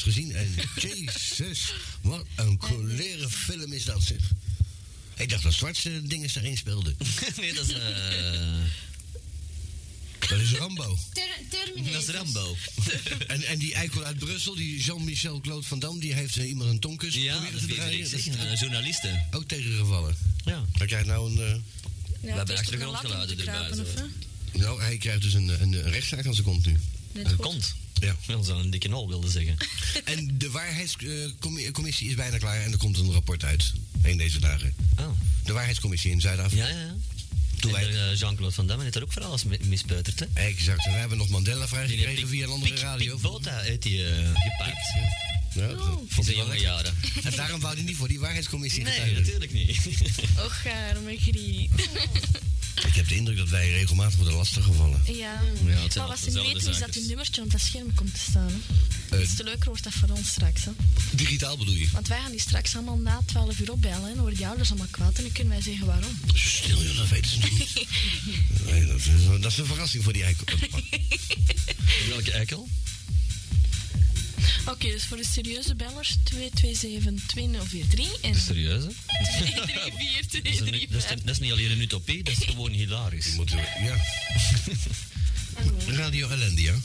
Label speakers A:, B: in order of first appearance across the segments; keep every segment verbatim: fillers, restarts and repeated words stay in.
A: gezien. En jezus, wat een colère film is dat, zeg. Ik dacht dat Zwartse dingen daarin speelden.
B: Nee, dat is... Uh...
A: Dat is Rambo.
C: Ter, Terminator.
B: Dat is Rambo.
A: En, en die eikel uit Brussel, die Jean-Michel Claude Van Damme, die heeft uh, iemand een tonkus
B: ja,
A: proberen te draaien.
B: Ja, zeg, een journaliste.
A: Ook tegengevallen.
B: Ja.
A: Hij krijgt nou een... Uh...
C: Ja,
B: we hebben achtergrondgeluiden erbij.
A: Nou, hij krijgt dus een, een, een rechtszaak aan zijn kont nu.
B: Een kont?
A: Ja.
B: Dat zou een dikke nol wilde zeggen.
A: En de waarheidscommissie is bijna klaar en er komt een rapport uit. Een deze dagen.
B: Oh.
A: De waarheidscommissie in Zuid-Afrika.
B: Ja, ja.
A: Toen wij...
B: uh, Jean-Claude Van Damme heeft er ook voor alles mispeuterd, hè?
A: Exact. En we hebben nog Mandela vrijgekregen via een andere
B: Pik,
A: radio.
B: Pik Bota heeft hij uh, gepakt.
A: Ja,
C: oh.
B: In zijn jonge jaren.
A: En daarom wou hij niet voor die waarheidscommissie
B: Nee,
A: getuigen.
B: natuurlijk niet.
C: Och, arme Grie.
A: Ik heb de indruk dat wij regelmatig worden lastiggevallen.
C: Ja,
B: Ja, het
C: maar wat ze niet weten is dat uw nummertje op dat scherm komt te staan. Hè.
A: Uh,
C: Iets te leuker wordt dat voor ons straks. Hè.
A: Digitaal bedoel je?
C: Want wij gaan die straks allemaal na twaalf uur opbellen. En dan worden die ouders allemaal kwaad en dan kunnen wij zeggen waarom.
A: Stil, joh, dat weten ze niet. Nee, dat, is, dat is een verrassing voor die eikel.
B: Welke eikel?
C: Oké, okay, dus voor de serieuze bellers twee twee zeven twee nul vier drie en
B: serieuze?
C: twee drie vier twee drie
B: dat, is, dat is niet alleen een utopie, dat is gewoon hilarisch.
A: Die moeten we, ja. Radio Ellendia.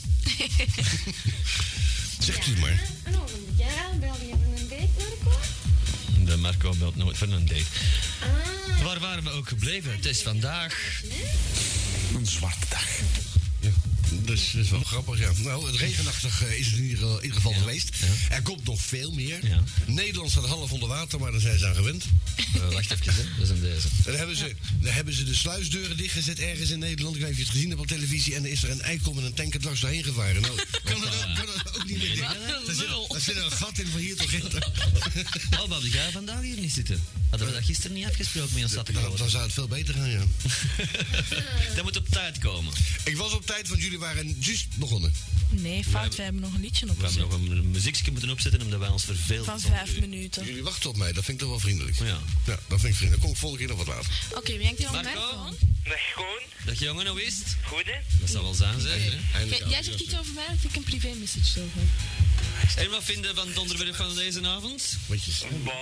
A: Zegt u het maar.
D: Ja, bel je van een date, Marco?
B: De Marco belt nooit van een date.
D: Ah.
B: Waar waren we ook gebleven? Het is vandaag
A: een zwarte dag. Ja. Dus dat is wel grappig, ja. Nou, het regenachtig uh, is het in ieder, in ieder geval ja, geweest. Ja. Er komt nog veel meer. Ja. Nederland staat half onder water, maar daar zijn ze aan gewend.
B: Uh, wacht even, hè. Dat is een deze.
A: Dan hebben, ze, dan hebben ze de sluisdeuren dichtgezet ergens in Nederland. Ik weet niet of je het gezien hebt op televisie. En dan is er een eikel met een tanker dwars doorheen gevaren. Nou, kan dat ook, kan dat ook niet meer. Nee, daar zit, daar zit een gat in van hier tot ginder.
B: Oh, wat heb jij vandaag hier niet zitten? Hadden we dat gisteren niet afgesproken met ons zat
A: dan, dan zou het veel beter gaan, ja.
B: Dat moet op tijd komen.
A: Ik was op tijd, want jullie waren juist begonnen.
C: Nee, fout, we, we hebben nog een liedje opgezet.
B: We hebben nog een muziekje moeten opzetten, omdat wij ons verveeld.
C: Van vijf u. minuten.
A: Jullie wachten op mij, dat vind ik toch wel vriendelijk.
B: Ja.
A: Ja, dat vind ik vriendelijk. Dan kom ik volgende keer nog wat later.
C: Oké, okay, wie hangt hier aan de
B: telefoon?
E: Dag, gewoon.
B: Dag jongen, hoe is het?
E: Goed, hè?
B: Dat zal wel zijn, zeg.
C: Jij, jij zegt iets over mij, of ik een privé message over?
B: En wat vinden van het onderwerp van deze avond?
A: Watjes.
E: Bah.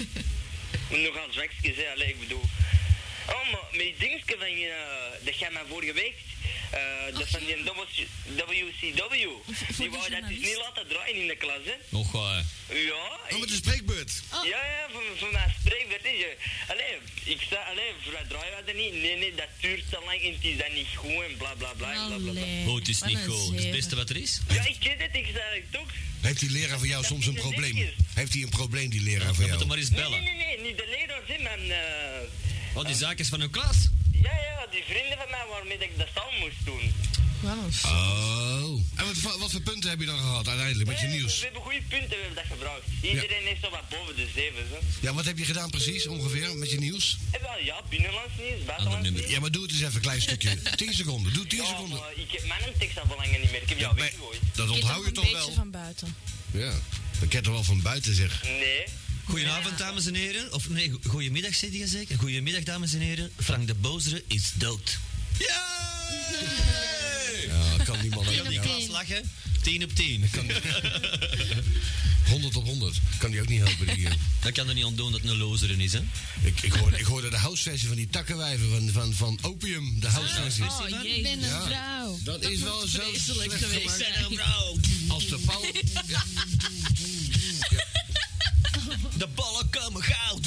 E: Nogal zwakjes, hè. Allee, ik bedoel... Oh, maar met die dingetje van je... Uh, dat jij mij vorige week... Uh, dat van die W C W. Die wou dat dus niet laten draaien in de klas, hè.
B: Nog waar.
E: Ja.
A: Oh, met de spreekbeurt.
E: Oh. Ja, ja, voor, voor mijn spreekbeurt, hè. Allee, ik zei, allee, voor draaien we dat niet. Nee, nee, dat duurt te lang en het is dan niet goed en bla, bla, bla, bla, bla, bla.
B: Oh, het is niet goed. Het is het beste wat er is.
E: Ja, ik weet het, ik zei het toch.
A: Heeft die leraar van jou soms een probleem? Heeft hij een probleem, die leraar van jou?
B: Dan moet je maar eens bellen.
E: Nee, nee, nee, niet de leraar, hè, man. Uh,
B: oh, die zaak is van uw klas?
E: Ja, ja, die vrienden van mij waarmee ik dat al moest doen.
A: Oh. En wat, wat voor punten heb je dan gehad uiteindelijk met je
E: nee,
A: nieuws?
E: We hebben goede punten, we hebben dat gevraagd. Iedereen ja. heeft zo wat boven de zeven, zo.
A: Ja, wat heb je gedaan precies ongeveer met je nieuws?
E: Eh, wel, ja, binnenlands nieuws, buitenlands nieuws.
A: Ja, maar doe het eens even een klein stukje. tien seconden, doe tien
E: ja,
A: seconden.
E: Maar ik heb mijn tekst al belangen niet meer, ik heb jou
A: ja,
E: weggegooid.
A: Dat onthoud je toch wel?
C: Een beetje van buiten.
A: Ja, dat ken je toch wel van buiten zeg.
E: Nee.
B: Goedenavond, dames en heren. Of nee, goedemiddag, zeg je zeker? Goedemiddag, dames en heren. Frank de Bozere is dood. Ja!
A: Ja, kan die man ook
B: niet. Die klas lachen. tien op tien.
A: honderd op honderd. Kan die ook niet helpen. Die, uh...
B: Dat kan er niet aan doen dat het een lozeren is, hè?
A: Ik, ik, hoorde, ik hoorde de houseversie van die takkenwijven van, van, van Opium. De houseversie.
C: Oh, oh je bent een vrouw.
A: Ja, dat, dat is wel zo slecht
C: geweest
A: zijn.
B: Een vrouw.
A: Als de pauw... Ja. Ja.
B: De ballen komen goud.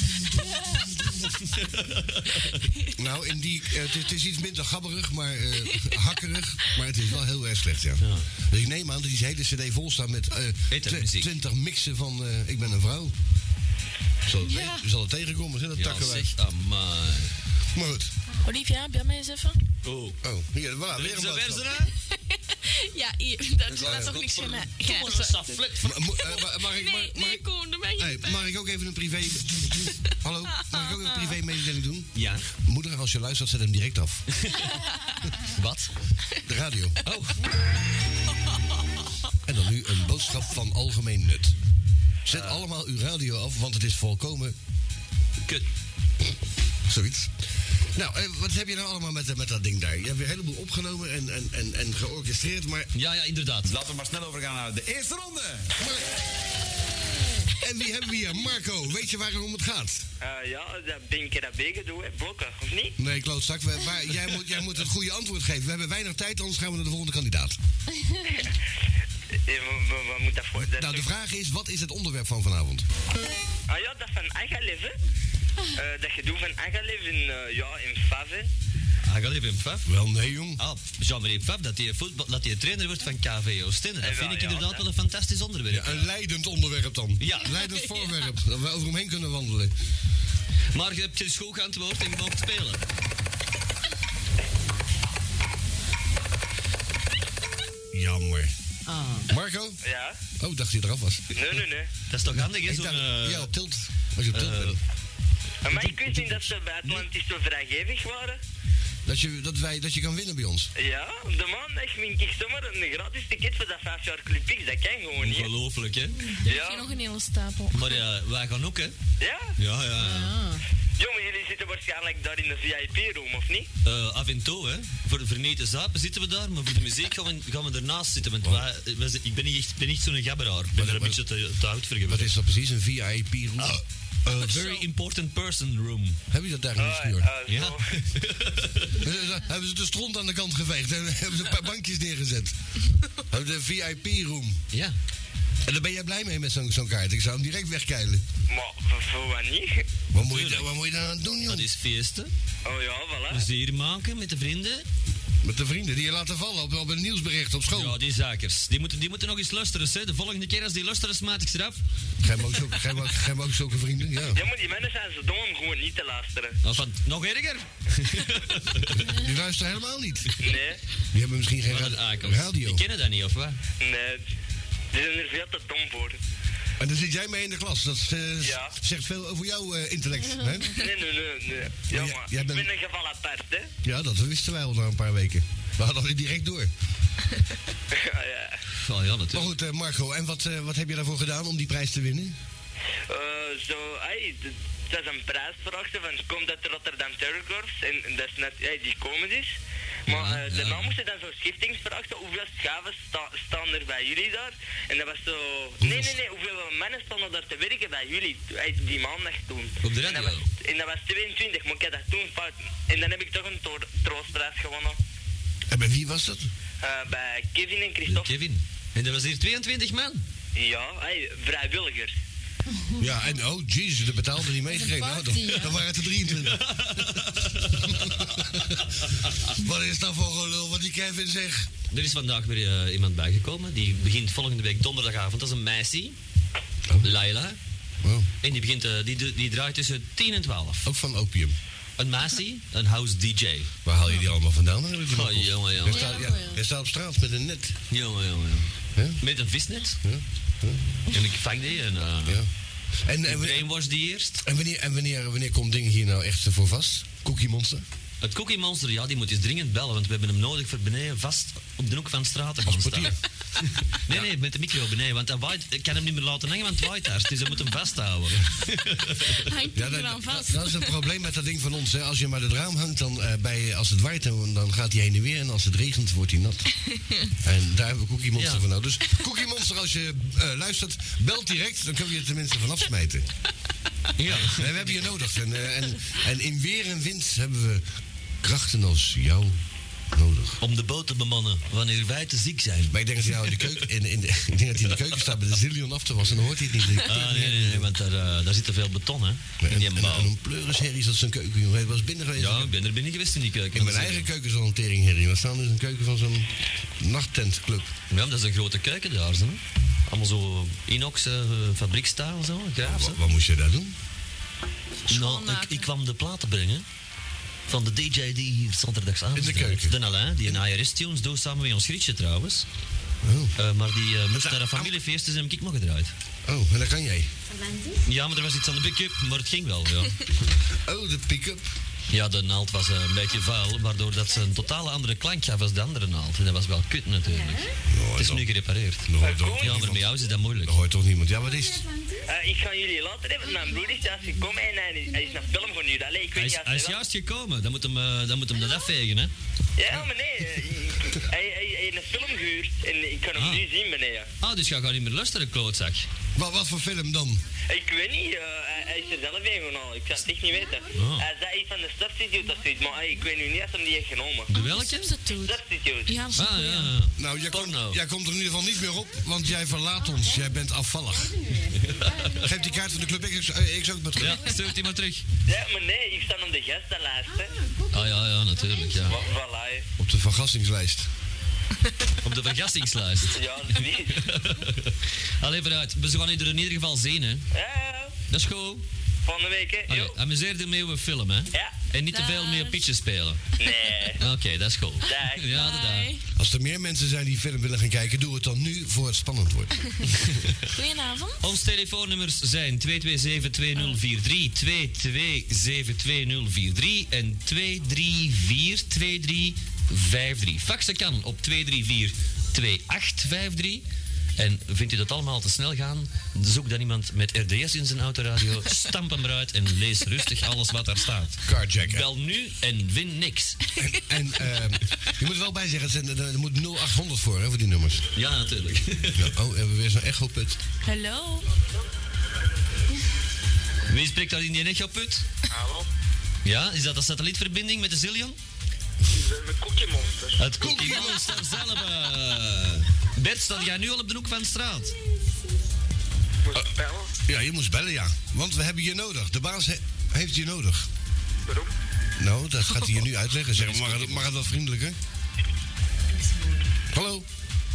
A: Nou, in die, uh, het, het is iets minder gabberig, maar uh, hakkerig, maar het is wel heel erg slecht, ja. ja. Dus ik neem aan dat die hele cd vol staat met uh, twintig mixen van uh, Ik ben een vrouw. Zal het, ja. zal het tegenkomen, hè, dat
B: ja,
A: takkenwijf.
B: Zeg, amai.
A: Maar goed.
C: Olivia, bel mij eens even.
A: Oh, oh hier, voilà, weer een boodschap.
C: Ja, hier, dat is dat toch niks van mij.
A: Mag ik...
C: Nee, nee, Koen, doe mij
A: niet. Mag ik ook even een privé... Hallo, mag ik ook een privé mededeling doen?
B: Ja.
A: Moeder, als je luistert, zet hem direct af.
B: Wat?
A: De radio.
B: Oh.
A: En dan nu een boodschap van algemeen nut. Zet uh. allemaal uw radio af, want het is volkomen...
B: Kut.
A: Zoiets. Nou, eh, wat heb je nou allemaal met, met dat ding daar? Je hebt weer een heleboel opgenomen en, en, en, en georchestreerd, maar...
B: Ja, ja, inderdaad.
F: Laten we maar snel overgaan naar de eerste ronde.
A: Maar... En wie hebben we hier? Marco, weet je waarom het gaat?
E: Uh, ja, dat ben ik dat B gedoe, hè. Blokken, of niet?
A: Nee, klootzak. We, waar, jij, moet, jij moet het goede antwoord geven. We hebben weinig tijd, anders gaan we naar de volgende kandidaat.
E: Wat moet dat voor? Dat
A: nou, de vraag is, wat is het onderwerp van vanavond?
E: Ah ja, dat van Agalev, hè. Uh, dat gedoe van Agalev in, uh, ja, in Fav, hè.
B: Agalev in Fav?
A: Wel, nee, jong.
B: Ah, Jean-Marie Fav, dat hij voetbal, dat hij trainer wordt van K V Oostende. Dat
E: Ja,
B: vind ik
E: ja,
B: inderdaad
E: dat-
B: wel een fantastisch onderwerp.
A: Ja, een leidend onderwerp dan.
B: Ja.
A: Leidend voorwerp, dat we over hem heen kunnen wandelen.
B: Maar je hebt je school geantwoord en je mag spelen.
A: Jammer.
C: Ah.
A: Marco?
E: Ja?
A: Oh, ik dacht hij eraf was.
E: Nee, nee, nee.
B: Dat is toch handig, hè?
A: Ik
B: Zo'n...
A: dacht,
B: eh,
A: ja, op tilt. Als je op tilt
B: eh,
A: bent.
E: Uh, maar ik wist niet dat ze bij Atlantis zo vrijgevig waren.
A: Dat je, dat, wij, dat je kan winnen bij ons.
E: Ja, de maandag win ik zomaar een gratis ticket voor dat vijf jaar Club X. Dat kan gewoon niet, hè.
B: Ongelooflijk, hè?
C: Heb je
E: Ja.
C: nog een hele stapel?
B: Maar ja, wij gaan ook, hè?
E: Ja?
B: Ja, ja.
C: Ah.
E: Jongen, jullie zitten waarschijnlijk daar in de V I P-room, of niet?
B: Uh, af en toe, hè. Voor de vernieten zapen zitten we daar, maar voor de muziek gaan we, gaan we ernaast zitten. Want wij, wij, ik ben niet echt, ben niet zo'n gabberaar. Ik ben er een
A: wat-
B: beetje te, te oud voor
A: Wat
B: geworden.
A: is dat precies? Een V I P-room?
B: Ah. A very important person room.
A: Heb je dat daar in de
E: Ah,
A: schuur?
E: ah,
B: Ja.
E: zo.
A: Hebben ze de stront aan de kant geveegd en hebben ze een paar bankjes neergezet. De V I P-room.
B: Ja.
A: En daar ben jij blij mee met zo'n zo'n kaart. Ik zou hem direct wegkeilen.
E: Maar, voor- voor wat niet?
A: Wat moet je, da- wat moet je daar aan doen,
B: Dat
A: joh?
B: is feesten.
E: Oh ja, voilà.
B: Plezier maken met de vrienden.
A: Met de vrienden die je laten vallen op, op een nieuwsbericht op school.
B: Ja, die zakers. Die moeten, die moeten nog eens luisteren, hè. De volgende keer als die luisteren, smaat ik ze eraf.
A: Gij hebt ook, zulke- gij hebt ook, gij hebt ook zulke vrienden, ja.
E: Ja, maar die mensen zijn zo dom om gewoon niet te luisteren.
B: Of van, nog erger.
A: Die luisteren helemaal niet.
E: Nee,
A: Die hebben misschien geen
B: Wat een
A: ra-
B: akels.
A: radio.
B: Die kennen dat niet, of wat?
E: nee. Die zijn er veel te dom voor.
A: En dan zit jij mee in de klas. Dat eh,
E: Ja.
A: zegt veel over jouw eh, intellect. Hè?
E: Nee, nee, nee, nee. Ja,
A: jij-
E: maar
A: jij
E: ik
A: bent-
E: ben een geval apart, hè.
A: Ja, dat wisten wij al na een paar weken. We hadden het direct door.
E: Ja, ja.
B: Oh ja,
A: Maar
B: natuurlijk.
A: goed, eh, Marco, en wat, eh, wat heb je daarvoor gedaan om die prijs te winnen?
E: Uh, zo, hey, d- dat is een prijsvraagje van komt uit de Rotterdam Terror Corps en en dat is net, hey, die komen dus. Maar
B: Ja,
E: uh, daarna
B: ja.
E: moest je dan zo schiftingsvraagje, hoeveel schaven sta, staan er bij jullie daar? En dat was zo, nee, nee, nee, hoeveel mannen stonden daar te werken bij jullie, hey, die maandag toen.
B: Op de
E: En dat
B: radio?
E: was, en dat was tweeëntwintig, maar ik had dat toen fout. En dan heb ik toch een to- troostprijs gewonnen.
A: En bij wie was dat?
E: Uh, bij Kevin en Christophe.
B: Kevin. En dat was hier tweeëntwintig man.
E: Ja, hey, vrijwilligers.
A: Ja, en oh, jezus, de betaalde niet meegekregen. Nou, dan,
C: party, ja.
A: dan waren het er drieëntwintig. Wat is dat voor gelul wat die Kevin zegt?
B: Er is vandaag weer eh, iemand bijgekomen. Die begint volgende week donderdagavond. Dat is een meisje. Laila.
A: Oh,
B: En die, begint, eh, die, die, die draait tussen tien en twaalf.
A: ook van opium.
B: Een meisje, een house D J.
A: Waar haal je die allemaal vandaan? Die
B: Oh,
A: makkels?
B: jongen,
A: Hij
B: jongen.
A: staat, ja,
C: Ja, ja.
A: hij staat op straat met een net.
B: Jongen, jongen.
A: Ja?
B: Met een visnet.
A: Ja?
B: En ik vang die en... uh,
A: Ja. En, en,
B: Iedereen was die eerst.
A: en, wanneer, en wanneer, wanneer komt dingen hier nou echt voor vast? Cookie Monster?
B: Het Cookie Monster, ja, die moet eens dringend bellen, want we hebben hem nodig voor beneden vast op de hoek van de straat te gaan
A: Als
B: staan.
A: portier.
B: Nee, nee, met de micro beneden, want hij waait, ik kan hem niet meer laten hangen, want het waait daar. Dus hij moet hem vasthouden.
C: Hangt
A: Ja,
C: er
A: dat,
C: aan
A: dat,
C: vast.
A: dat is het probleem met dat ding van ons. Hè. Als je maar het raam hangt, dan, eh, bij, als het waait, dan, dan gaat hij heen en weer. En als het regent, wordt hij nat. En daar hebben we Cookie Monster
B: Ja.
A: voor nodig. Dus Cookie Monster, als je eh, luistert, belt direct. Dan kunnen we je er tenminste vanaf smijten. Ja, we hebben je nodig. En, eh, en, en in weer en wind hebben we krachten als jou nodig.
B: Om de boot te bemannen wanneer wij te ziek zijn.
A: Maar ik denk dat hij nou in de keuken, in, in de, ik denk dat hij in de keuken staat met de zillion af te wassen. Dan hoort hij het niet.
B: Ah, nee, nee, nee, want daar, uh, daar zit te veel beton, hè.
A: En,
B: In die
A: en, en
B: bouw.
A: een pleurisherrie is dat zijn keuken, jongen. Hij was binnen geweest.
B: Ja, ik ben er binnen geweest in die keuken.
A: In mijn eigen keuken is al een teringherrie. We staan dus een keuken van zo'n nachttentclub.
B: Ja, dat is een grote keuken daar, zo. Allemaal zo inox, uh, fabriekstaal, zo. Gaaf,
A: Wat, wat moest je daar doen?
B: Nou,
C: Schoonmaken.
B: ik, ik kwam de platen brengen van de D J die hier zaterdagavond
A: In de
B: draait.
A: keuken?
B: De Alain, die een I R S-tunes doet samen met ons Grietje trouwens.
A: Oh.
B: Uh, maar die uh, moest naar een familiefeest, dus heb ik nog gedraaid.
A: Oh, en dan kan jij.
B: Ja, maar er was iets aan de pick-up, maar het ging wel, ja.
A: Oh, de pick-up.
B: Ja, de naald was uh, een beetje vuil, waardoor dat ze een totale andere klank gaf als de andere naald. En dat was wel kut natuurlijk. Het is nu gerepareerd.
A: Dat hoort toch
B: Ja, maar
A: niemand.
B: met jou is dat moeilijk.
A: Dat hoort toch niemand? Ja, wat is het?
E: Uh, ik ga jullie later hebben. Mijn broer is juist gekomen en hij is, hij is naar film gaan nu. Allee, ik weet
B: Hij is,
E: niet als
B: hij is
E: wel-
B: juist gekomen, dan moet hem, uh, dan moet hem dat afvegen, hè.
E: Ja, maar nee. eh, hij, hij, hij heeft een film gehuurd en ik kan hem
B: Ah.
E: nu zien beneden.
B: Ah, dus ga ik niet meer luisteren, klootzak.
A: Wat, wat voor film dan?
E: Ik weet niet, uh, hij, hij is er zelf in genomen. Ik zou het echt niet weten.
B: Oh.
E: Hij zei iets van de Substitute of zoiets, maar hey, ik weet nu niet of hij die heeft genomen.
B: De welke?
C: Substitute.
E: Substitute.
C: Ja, dat is een
B: Ah,
C: goeie.
B: ja.
A: Nou, jij, komt,
B: Porno.
A: jij komt er in ieder geval niet meer op, want jij verlaat ons. Jij bent afvallig. Geef die kaart van de club, ik, ik zou het maar terug.
B: Ja, stuurt die maar terug.
E: Ja, maar nee, ik sta op de gastenlijst, hè.
B: Ah, ja, ja, natuurlijk, ja.
E: Wa- Voilà, hè.
A: Op de vergassingslijst.
B: Op de vergassingslijst.
E: Ja, zoiets.
B: Allee, vooruit. We gaan er in ieder geval zien, hè.
E: Ja, ja,
B: Dat is goed.
E: volgende week, hè.
B: Allee,
E: Jo.
B: amuseer je mee op een film, hè.
E: Ja.
B: En niet te veel
C: Dag.
B: mee op pitjes spelen.
E: Nee.
B: Oké, dat is goed.
E: Dag.
B: Ja, dat daar.
C: Bye.
A: Als er meer mensen zijn die film willen gaan kijken, doe het dan nu voor het spannend wordt.
C: Goedenavond.
B: Ons telefoonnummers zijn twee twee zeven twee nul vier drie, twee twee zeven twee nul vier drie en twee drie vier twee drie vijf drie. Faxen kan op twee drie vier twee acht vijf drie. En vindt u dat allemaal te snel gaan, zoek dan iemand met R D S in zijn autoradio, stamp hem eruit en lees rustig alles wat daar staat.
A: Carjacken.
B: Bel nu en win niks.
A: En, en eh, je moet er wel bij zeggen, het zijn, er moet nul achthonderd voor, hè, voor die nummers.
B: Ja, natuurlijk.
A: Ja, oh, hebben we weer zo'n echoput.
C: Hallo.
B: Wie spreekt daar in die echoput?
E: Hallo.
B: Ja, is dat een satellietverbinding met de Zillion?
E: De Cookie Monster.
B: Het Cookie Monster zelf. eh. Bert, sta jij nu al op de hoek van de straat?
E: Moet ik bellen?
A: Ja, je moest bellen, ja. Want we hebben je nodig. De baas he- heeft je nodig.
E: Waarom?
A: Nou, dat gaat hij je nu uitleggen. Zeg, mag het, mag het wat vriendelijker? Hallo?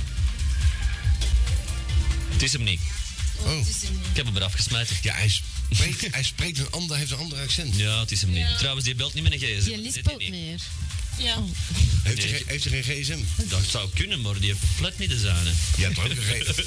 B: Het is hem niet.
A: Oh.
B: Ik heb hem eraf gesmeten.
A: Ja, hij spreekt, hij spreekt een ander, heeft een ander accent.
B: Ja, het is hem niet. Trouwens, die belt niet met een gsm.
D: Je
B: Dat
D: lispelt
B: weet hij niet.
D: meer.
C: Ja.
A: Heeft hij
B: Nee.
A: geen- heeft hij geen gsm?
B: Dat zou kunnen, maar die heeft flat niet de zijne.
A: Je hebt toch ook een gsm?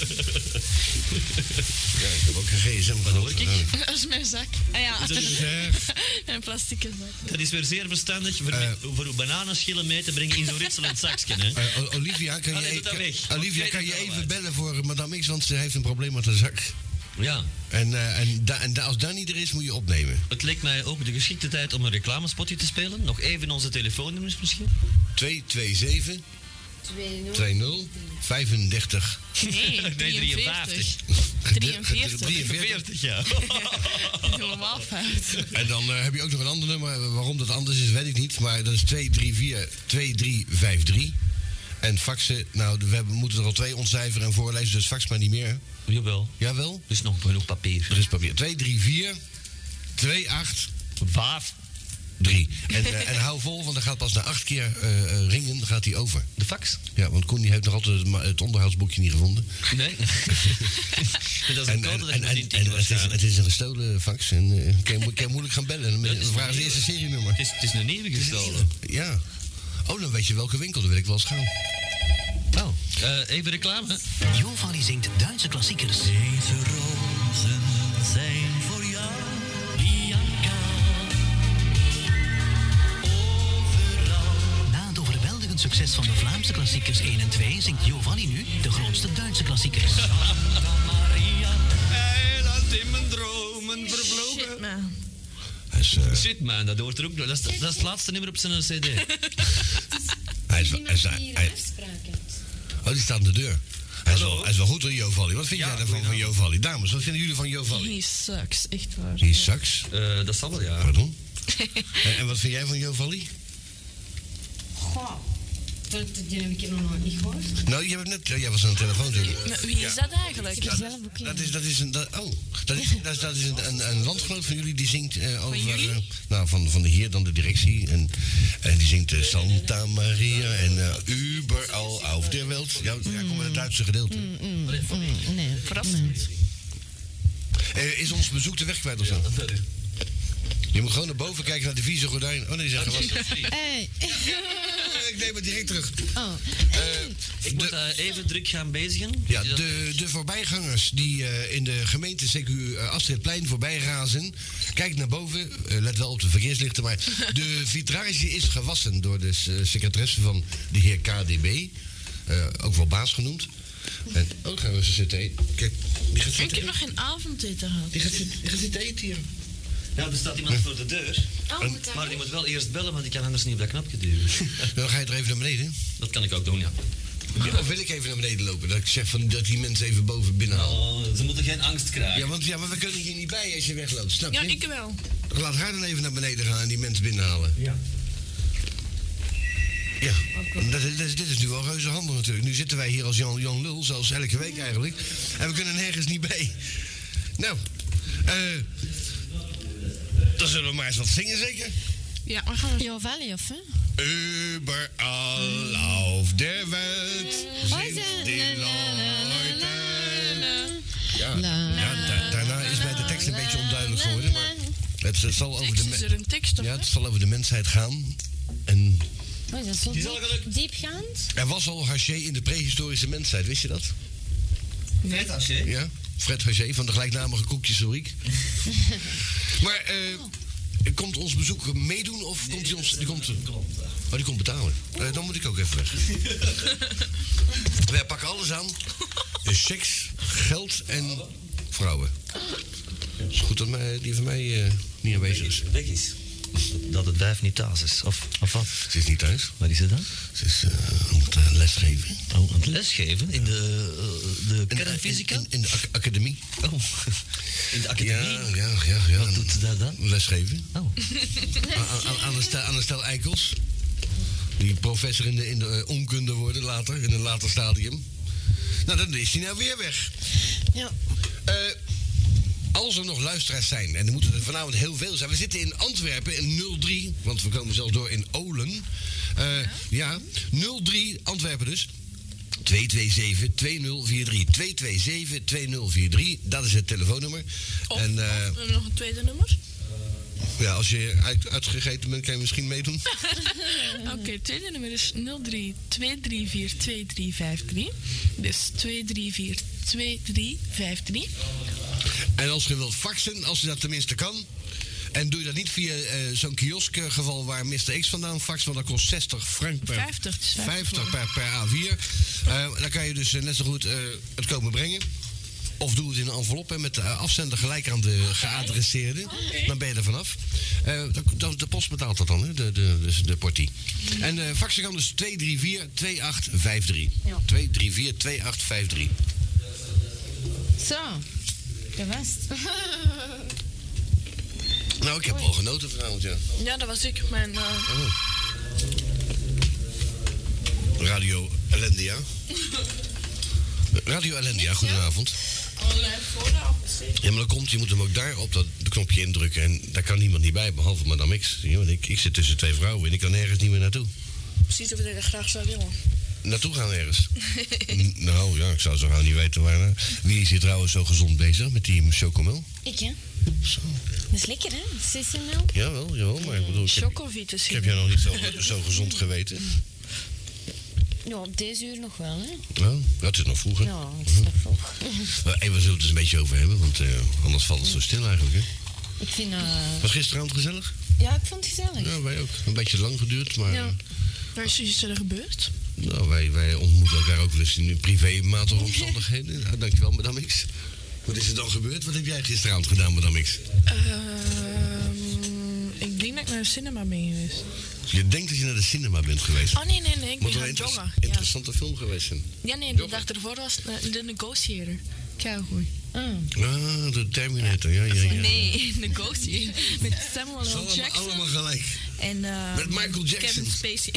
A: Ja, ik heb ook een gsm.
B: Wat hoor ik?
C: Dat is mijn zak. Ah ja.
B: Dat is,
C: Mijn plastic zak.
B: dat is weer zeer verstandig voor,
A: Eh.
B: voor uw bananenschillen mee te brengen in zo'n ritselend zakje. Hè?
A: Eh, O- Olivia, kan je,
B: Allee, doe dat
A: kan-
B: weg.
A: Olivia,
B: Want
A: kan je
B: jij doet
A: even
B: het
A: bellen voor Madame X, want ze heeft een probleem met haar zak.
B: Ja,
A: En, eh, en, da, en da, als dat niet er is, moet je opnemen.
B: het leek mij ook de geschikte tijd om een reclamespotje te spelen. Nog even onze telefoonnummers misschien.
A: twee twee zeven twee nul vijfendertig
C: Nee,
B: Nee,
C: drieënveertig.
A: drieënveertig.
C: drieënveertig.
B: ja.
C: Helemaal fout.
A: En dan eh, heb je ook nog een ander nummer. Waarom dat anders is, weet ik niet. Maar dat is twee drie vier twee drie vijf drie. En faxen, nou, we hebben, moeten er al twee ontcijferen en voorlezen, dus fax maar niet meer. Hè?
B: Jawel,
A: Jawel?
B: er is nog genoeg papier.
A: Er is papier. twee drie vier twee acht
B: Vaaf.
A: drie. En, eh, en hou vol, want dan gaat pas na acht keer eh, eh, ringen, dan gaat hij over.
B: De fax?
A: Ja, want Koen die heeft nog altijd het, ma- het onderhoudsboekje niet gevonden.
B: Nee. dat is
A: En,
B: een
A: en,
B: code dat
A: en,
B: je
A: en,
B: moet intikken
A: en het, is,
B: waarschijnlijk.
A: het is een gestolen fax en uh, kan, je, mo- kan je moeilijk gaan bellen. Dan
B: Dat is
A: dan vragen ze
B: een
A: eerst een serienummer.
B: Het is, het is een nieuwe gestolen.
A: Ja. Oh, dan weet je welke winkel, dan wil ik wel eens gaan.
B: Oh, eh, even reclame.
F: Jovali zingt Duitse klassiekers.
G: Deze rozen zijn voor jou, Bianca. Overal.
F: Na het overweldigend succes van de Vlaamse klassiekers één en twee zingt Jovali nu de grootste Duitse klassiekers.
G: Santa Maria.
B: Eiland in mijn dromen vervlogen.
C: Shit, man.
A: Hij is, eh,
B: Shit man, dat hoort er ook. Dat is, dat is het laatste nummer op zijn cd.
A: hij is, wel- hij is, hij, hij- oh, die staat aan de deur. Hij is, wel, hij is wel goed hoor, Jovali. Wat vind
B: Ja,
A: jij daarvan van Jovali? Dames, wat vinden jullie van Jovali?
C: He sucks, echt waar.
A: Die sax.
B: Eh, dat zal wel, ja.
A: Pardon? en, en wat vind jij van Jovali?
D: Goh, dat, die heb ik nog nooit niet gehoord.
A: Nou, je hebt net, ja, jij was aan de telefoon natuurlijk.
C: Maar wie is dat eigenlijk?
D: Ik zelf ook
A: Dat is, dat is een, dat, oh, dat is, dat is, dat is een, een, een landgenoot van jullie die zingt eh, over,
C: jullie?
A: eh, nou, van, van de heer dan de directie. En, en die zingt eh, Santa Maria en eh überall auf der Welt. Ja, ja, kom met het Duitse gedeelte.
D: Nee,
C: Verrassend.
A: Eh, is ons bezoek de weg kwijt of zo? Je moet gewoon naar boven kijken naar de vieze gordijn. Oh nee, die zijn gewassen.
D: Hey.
A: Ik neem het direct terug.
D: Oh.
A: Eh,
B: Ik moet eh, even druk gaan bezigen.
A: Ja,
B: Is dat-
A: de, de voorbijgangers die eh, in de gemeente C Q uh, Astridplein voorbij razen. Kijk naar boven, eh, let wel op de verkeerslichten. Maar de vitrage is gewassen door de uh, secretaresse van de heer K D B. Uh, ook wel baas genoemd. En, oh, gaan we ze zitten eten. Kijk, die gaat
C: Ik
A: zitten
C: heb nog geen avondeten gehad.
A: Die gaat, zitten- die gaat zitten eten hier.
B: Ja, er staat iemand voor de deur.
D: Oh, moet dat
B: Maar die
D: weg?
B: moet wel eerst bellen, want ik kan anders niet op dat knopje duwen.
A: Dan ga je er even naar beneden.
B: Dat kan ik ook doen, ja.
A: Ja, of wil ik even naar beneden lopen? Dat ik zeg van, dat die mensen even boven binnenhalen.
B: Oh, ze moeten geen angst krijgen.
A: Ja, want ja, maar we kunnen hier niet bij als je wegloopt, snap je?
C: Ja, ik wel.
A: Laat haar dan even naar beneden gaan en die mensen binnenhalen.
B: Ja.
A: Ja, dat is, dat is, dit is nu wel reuze handig natuurlijk. Nu zitten wij hier als Jan, Jan Lul, zoals elke week eigenlijk. En we kunnen nergens niet bij. Nou, eh... dan zullen we maar eens wat zingen, zeker?
C: Ja, we gaan...
D: Giovanni, of hè?
A: Überall auf der Welt sind die Leute. Ja, ja da, daarna is mij de tekst een beetje onduidelijk geworden, maar het, het zal over de
C: Is er een tekst of
A: ja, het zal over de mensheid gaan. En
D: Oh, is dat zo
B: Die zal
D: diep, diepgaand?
A: er was al haché in de prehistorische mensheid, wist je dat?
B: Fred Haché?
A: Ja, Fred Haché van de gelijknamige koekjesfabriek. Maar eh, komt ons bezoek meedoen of komt hij ons... Die komt, oh, die komt betalen. Uh, dan moet ik ook even weg. Wij pakken alles aan. Seks, geld en vrouwen. Het is goed dat mij, die van mij uh, niet aanwezig is.
B: Weg is. Dat het wijf niet thuis is. Of, of wat?
A: Ze is niet thuis.
B: Waar is ze dan?
A: Ze is uh, aan het uh, lesgeven.
B: Oh, aan het lesgeven? In de, uh, de kernfysica?
A: In, in, in de ac academie.
B: Oh, in de academie?
A: Ja, ja, ja. ja.
B: Wat doet ze daar dan?
A: Lesgeven.
B: Oh.
A: aan, aan, aan, een stel, aan een stel eikels. Die professor in de, in de uh, onkunde worden later, in een later stadium. Nou, dan is hij nou weer weg.
D: Ja.
A: Uh, als er nog luisteraars zijn, en er moeten er vanavond heel veel zijn. We zitten in Antwerpen in nul drie, want we komen zelfs door in Olen. Uh, ja. ja, nul drie Antwerpen dus. twee twee zeven twee nul vier drie. twee twee zeven twee nul vier drie, dat is het telefoonnummer.
C: Of,
A: en, uh,
C: of uh, nog een tweede nummer?
A: Ja, als je uit, uitgegeten bent, kan je misschien meedoen.
C: Oké, okay, het tweede nummer is nul drie twee drie vier twee drie vijf drie. Dus twee drie vier twee drie vijf drie.
A: En als je wilt faxen, als je dat tenminste kan. En doe je dat niet via uh, zo'n kioskgeval waar mister X vandaan faxt, want dat kost zestig frank per...
C: vijftig, vijftig,
A: vijftig per, per A vier. Uh, dan kan je dus uh, net zo goed uh, het komen brengen. Of doe het in een envelop en met de afzender gelijk aan de geadresseerde. Okay. Dan ben je er vanaf. Uh, de, de post betaalt dat dan, hè? De, de, de, de portie. En uh, faxen kan dus twee drie vier twee acht vijf drie. Ja. twee drie vier twee acht vijf drie.
D: Zo, dat was het.
A: Nou, ik heb wel genoten vanavond, ja.
C: Ja, dat was ik. Mijn, uh...
A: oh. Radio Ellendia. Radio Ellendia, goedenavond. Ja, maar dan komt, je moet hem ook daar op dat knopje indrukken. En daar kan niemand niet bij, behalve Madame X. Ja, want ik, ik zit tussen twee vrouwen en ik kan nergens niet meer naartoe.
C: Precies of ik dat graag zou willen.
A: Naartoe gaan ergens? N- nou ja, ik zou zo gauw niet weten waar. Wie is hier trouwens zo gezond bezig met die chocomel?
D: Ik, hè?
A: Zo.
D: Dat is lekker, hè? Sessimel.
A: Jawel, jawel, maar ik bedoel... Ik heb,
C: ik
A: heb jij nog niet zo, zo gezond geweten?
D: Ja, op deze uur nog wel, hè?
A: Nou, dat is nog vroeger.
D: Ja, het is nog vroeg.
A: Even, we zullen het eens een beetje over hebben, want uh, anders valt het zo stil eigenlijk, hè?
D: Ik vind... Uh...
A: Was gisteravond gezellig?
D: Ja, ik vond het gezellig.
A: Ja, wij ook. Een beetje lang geduurd, maar...
C: Ja. Waar is iets er gebeurd?
A: Nou, wij, wij ontmoeten elkaar ook wel eens in privé-matige omstandigheden. Nou, dankjewel, Madame X. Wat is er dan gebeurd? Wat heb jij gisteravond gedaan, Madame X?
C: Uh, ik denk dat ik naar de cinema ben geweest.
A: Je denkt dat je naar de cinema bent geweest?
C: Oh, nee, nee, nee. Ik ben gaan
A: inter-
C: joggen.
A: interessante ja. film geweest zijn.
C: Ja, nee, de dag ervoor was The Negotiator. Keigoed.
D: Ah,
A: ah de Terminator, ja, ja, ja.
C: Nee, Negotiator. Met Samuel L.
A: Jackson.
C: Jackson.
A: Allemaal gelijk.
C: En, uh,
A: met Michael Jackson.
C: Kevin Spacey.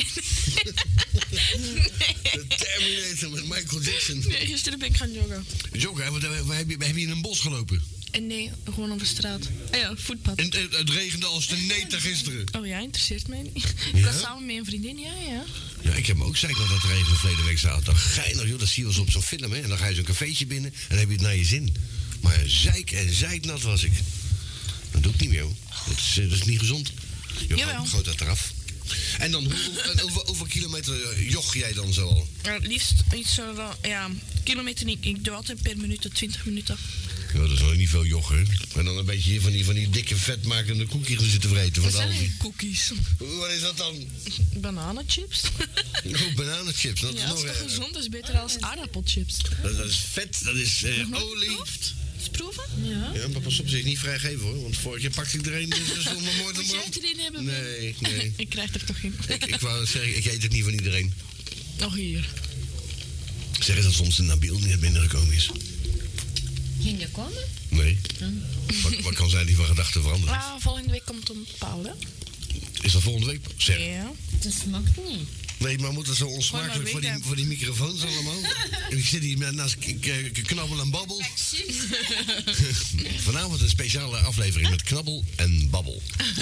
A: De Terminator met Michael Jackson.
C: Nee, gisteren ben ik gaan joggen.
A: Joggen, wat heb je, heb je in een bos gelopen?
C: En nee, gewoon op de straat. Ah ja, voetpad.
A: En het, het regende als de neten gisteren.
C: Oh ja, interesseert mij niet.
A: Ja?
C: Ik was samen met een vriendin, ja, ja.
A: Ja, ik heb me ook gezegd dat het regende verleden week zaterdag. Geinig, joh, dat zie je wel eens op zo'n film, hè. En dan ga je zo'n cafeetje binnen en dan heb je het naar je zin. Maar zeik en zeiknat was ik. Dat doe ik niet meer, hoor. Dat is, dat is niet gezond. Je
C: Jawel.
A: gooit dat eraf. En dan, hoe, over, hoeveel kilometer jog jij dan zo al?
C: Ja, het liefst iets zo wel, ja, kilometer niet. Ik doe altijd per minuut twintig minuten.
A: Ja, dat is nog niet veel joggen. En dan een beetje hier van die, van die dikke vetmakende koekjes zitten vreten.
C: Dat
A: van
C: zijn
A: al
C: geen
A: die...
C: cookies.
A: Wat is dat dan?
C: Bananenchips.
A: Oh, bananenchips. Dat
C: Ja,
A: is
C: dat
A: nog
C: is toch
A: erg.
C: gezond, dat is beter dan aardappelchips.
A: Dat, dat is vet, dat is uh, olie.
C: Geproefd? Eens proeven?
D: ja.
A: Ja, maar pas op, ze is niet vrijgeven, hoor. Want vorig jaar pakte ik er een, dus er stond mijn moord en
C: Moet jij
A: brand.
C: het erin hebben?
A: Nee, nee.
C: Ik krijg er toch in.
A: ik, ik wou zeggen, ik eet het niet van iedereen.
C: Nog hier.
A: Zeggen ze dat soms de Nabil niet binnengekomen is?
D: Ging je komen?
A: Nee. Wat, wat kan zijn die van gedachten veranderd is?
C: Ah, volgende week komt een Paul, hè?
A: Is dat volgende week? Zeg.
C: Ja.
D: Dat smaakt niet.
A: Nee, maar moet dat zo onsmakelijk voor die, voor die microfoons allemaal? En ik zit hier naast k- k- knabbel en babbel. Vanavond een speciale aflevering met knabbel en babbel.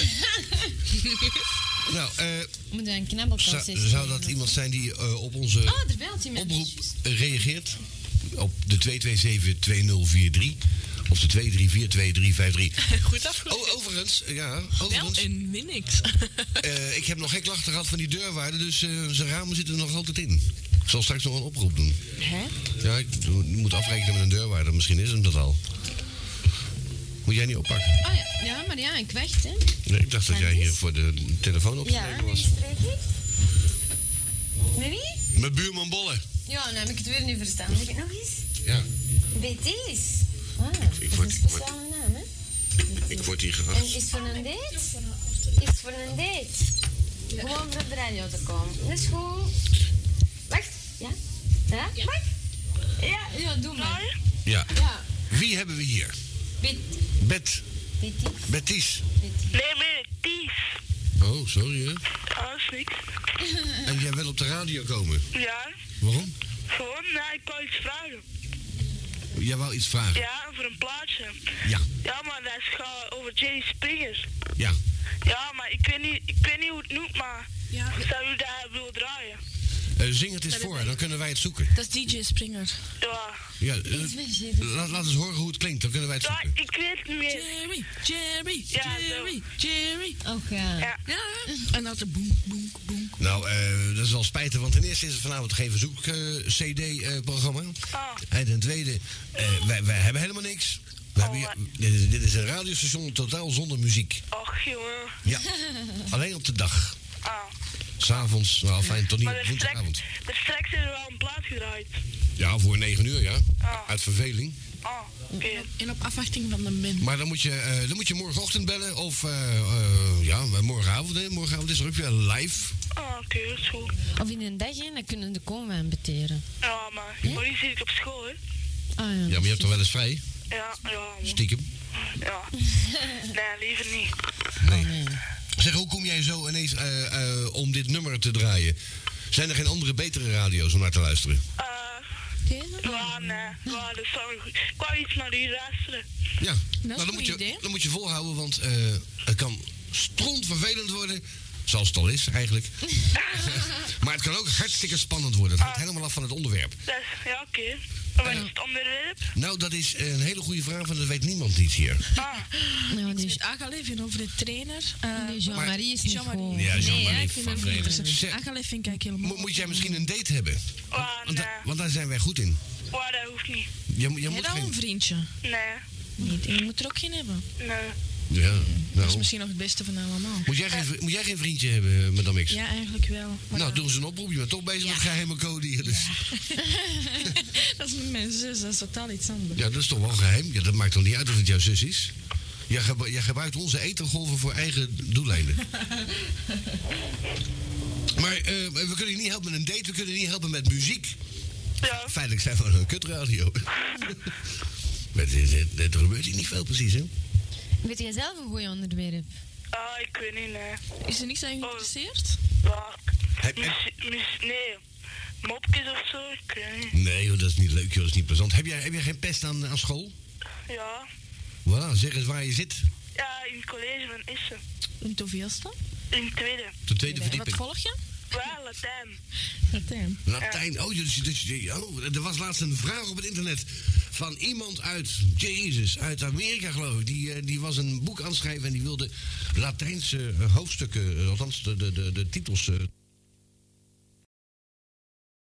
A: Nou, eh...
D: Moet er een knabbelkast
A: zou,
D: zitten?
A: zou dat iemand zijn die uh, op onze
D: Oh, er belt iemand.
A: oproep uh, reageert? Op de twee twee zeven twee nul vier drie of de twee drie vier twee drie vijf drie.
C: Goed afgelopen.
A: Oh, overigens, ja,
C: Wel
A: overigens.
C: en win niks.
A: Uh, ik heb nog geen klachten gehad van die deurwaarder, dus uh, zijn ramen zitten er nog altijd in. Ik zal straks nog een oproep doen.
C: Hè?
A: Ja, ik doe- moet afrekenen met een deurwaarder, misschien is hem dat al. Moet jij niet oppakken?
D: Oh ja, ja, maar ja, ik wacht, hè.
A: Nee, ik dacht dat jij hier voor de telefoon op te
D: Ja,
A: nemen
D: wie
A: was.
D: spreek ik? Met wie?
A: Mijn buurman Bolle.
D: Ja, nou heb ik het weer niet verstaan. Zeg het nog eens?
A: Ja,
D: Betis. Ah,
A: Ik
D: dat
A: word-
D: is
A: ik
D: een
A: word-
D: speciale naam, hè.
A: ik word hier
D: En
A: geacht.
D: is het voor een date? Is het voor een date? Gewoon voor op de radio te komen. Dat is goed. Wacht. Ja? Ja? Wacht. Ja, ja, doe maar.
A: Ja.
D: Ja.
A: Wie hebben we hier?
D: Bet.
A: Bet.
D: Betis.
A: Betis.
E: Nee, nee, Ties.
A: Oh, sorry hè.
E: Ah, is niks.
A: En jij wil op de radio komen.
E: Ja,
A: Waarom?
E: gewoon, nee, ik wou iets vragen.
A: Jij wou iets vragen?
E: Ja, voor een plaatje.
A: Ja.
E: Ja, maar dat gaat over Jay Springer.
A: Ja.
E: Ja, maar ik weet niet, ik weet niet hoe het noemt, maar
C: Ja.
E: zou u dat willen draaien?
A: Uh, zing het eens voor, dan kunnen wij het zoeken.
C: Dat is D J Springer.
E: Ja.
A: Ja, uh, laat, laat eens horen hoe het klinkt, dan kunnen wij het
E: Ja,
A: zoeken.
E: ik weet het niet meer.
C: Jerry, Jerry,
E: Ja,
C: Jerry, Jerry.
D: Och ja.
E: Ja.
C: Ja, en dat er boem, boem, boem.
A: Nou, uh, dat is wel spijtig, want ten eerste is het vanavond geen verzoek-C D-programma.
E: Ah.
A: En ten tweede, uh, wij, wij hebben helemaal niks. We hebben hier- dit, is, dit is een radiostation totaal zonder muziek.
E: Och, jongen.
A: Ja, alleen op de dag.
E: Ah.
A: S'avonds, nou fijn, tot niet
E: Maar
A: op
E: er straks,
A: woensdagavond.
E: er straks is er wel een plaat gedraaid.
A: Ja, voor negen uur, ja.
E: Ah.
A: Uit verveling.
E: Ah, oké.
C: En op afwachting van de band.
A: Maar dan moet je, uh, dan moet je morgenochtend bellen of uh, uh, ja, morgenavond. Hè. Morgenavond is er ook weer live.
E: Ah, oké, dat is goed.
D: Of in een dag, hè, dan kunnen de komen aanbeteren.
E: Ja, maar morgen zit ik op school, hè.
D: Ah, ja,
A: Ja, maar je hebt toch wel eens vrij?
E: Ja, ja. man.
A: Stiekem.
E: Ja. Nee, liever niet.
A: Nee. Zeg, hoe kom jij zo ineens uh, uh, om dit nummer te draaien? Zijn er geen andere betere radio's om naar te luisteren?
E: Eh, ja, nee. Ja, dat zou goed. Ik wou iets naar u luisteren.
A: Ja,
C: een
A: nou, dan,
C: goed
A: moet je,
C: idee.
A: dan moet je volhouden, want uh, het kan strontvervelend worden. Zoals het al is, eigenlijk. Maar het kan ook hartstikke spannend worden. Het hangt helemaal af van het onderwerp.
E: Dat is, ja, oké. Okay. En wat is het onderwerp?
A: Nou, dat is een hele goede vraag, want dat weet niemand niet hier.
E: Ah,
D: Nou,
C: Dus
D: dus,
C: Agalef en over de trainer. Uh,
D: die Jean-Marie is niet
C: Jean-Marie.
D: goed.
A: Ja, Jean-Marie
C: nee, ik
A: van
C: vind het
A: Vreemd.
C: niet interessant.
A: Zeg,
C: Agalef vind ik helemaal...
A: Mo- moet jij misschien een date hebben?
E: ah,
A: Want,
E: nee.
A: da- want daar zijn wij goed in.
E: Maar dat hoeft niet.
A: Je, moet- je
C: Heb
A: moet
C: je al een
A: geen...
C: vriendje?
E: Nee.
C: Niet, je moet er ook geen hebben.
E: Nee.
A: Ja,
C: Dat is
A: nou.
C: misschien nog het beste van allemaal.
A: Moet jij geen, vri- moet jij geen vriendje hebben, madame X?
C: Ja, eigenlijk wel. Maar
A: Nou,
C: uh,
A: doe eens een oproep. Je bent toch bezig
C: Ja.
A: met geheime code hier. Dus.
C: dat is met mijn zus, dat is totaal iets anders.
A: Ja, dat is toch wel geheim? Ja, dat maakt toch niet uit of het jouw zus is? Jij, gebru- jij gebruikt onze ethergolven voor eigen doeleinden. Maar uh, we kunnen je niet helpen met een date, we kunnen je niet helpen met muziek.
E: Ja.
A: Feitelijk zijn we een kutradio. Maar dit- dit- dit- Er gebeurt hier niet veel precies, hè?
D: Weet jij zelf een goed onderwerp?
E: Ah, ik weet niet, nee.
C: Is er niks aan je geïnteresseerd?
E: Ja.
A: Heb- heb-
E: Muzie- muzie- nee. Mopjes of zo, ik weet niet.
A: Nee, joh, dat is niet leuk, joh, dat is niet plezant. Heb jij, heb jij geen pest aan, aan school?
E: Ja.
A: Voilà, zeg eens waar je zit.
E: Ja, in het college van Essen.
C: In het hoeveelste?
E: In het tweede.
A: De tweede
C: Wat
A: verdieping.
C: volg je?
E: Ja, Latijn.
C: Latijn.
A: Latijn. Oh, dus, dus, oh, er was laatst een vraag op het internet van iemand uit, Jezus, uit Amerika geloof ik. Die, eh, die was een boek aan het schrijven en die wilde Latijnse eh, hoofdstukken, eh, althans de, de, de, de titels... eh,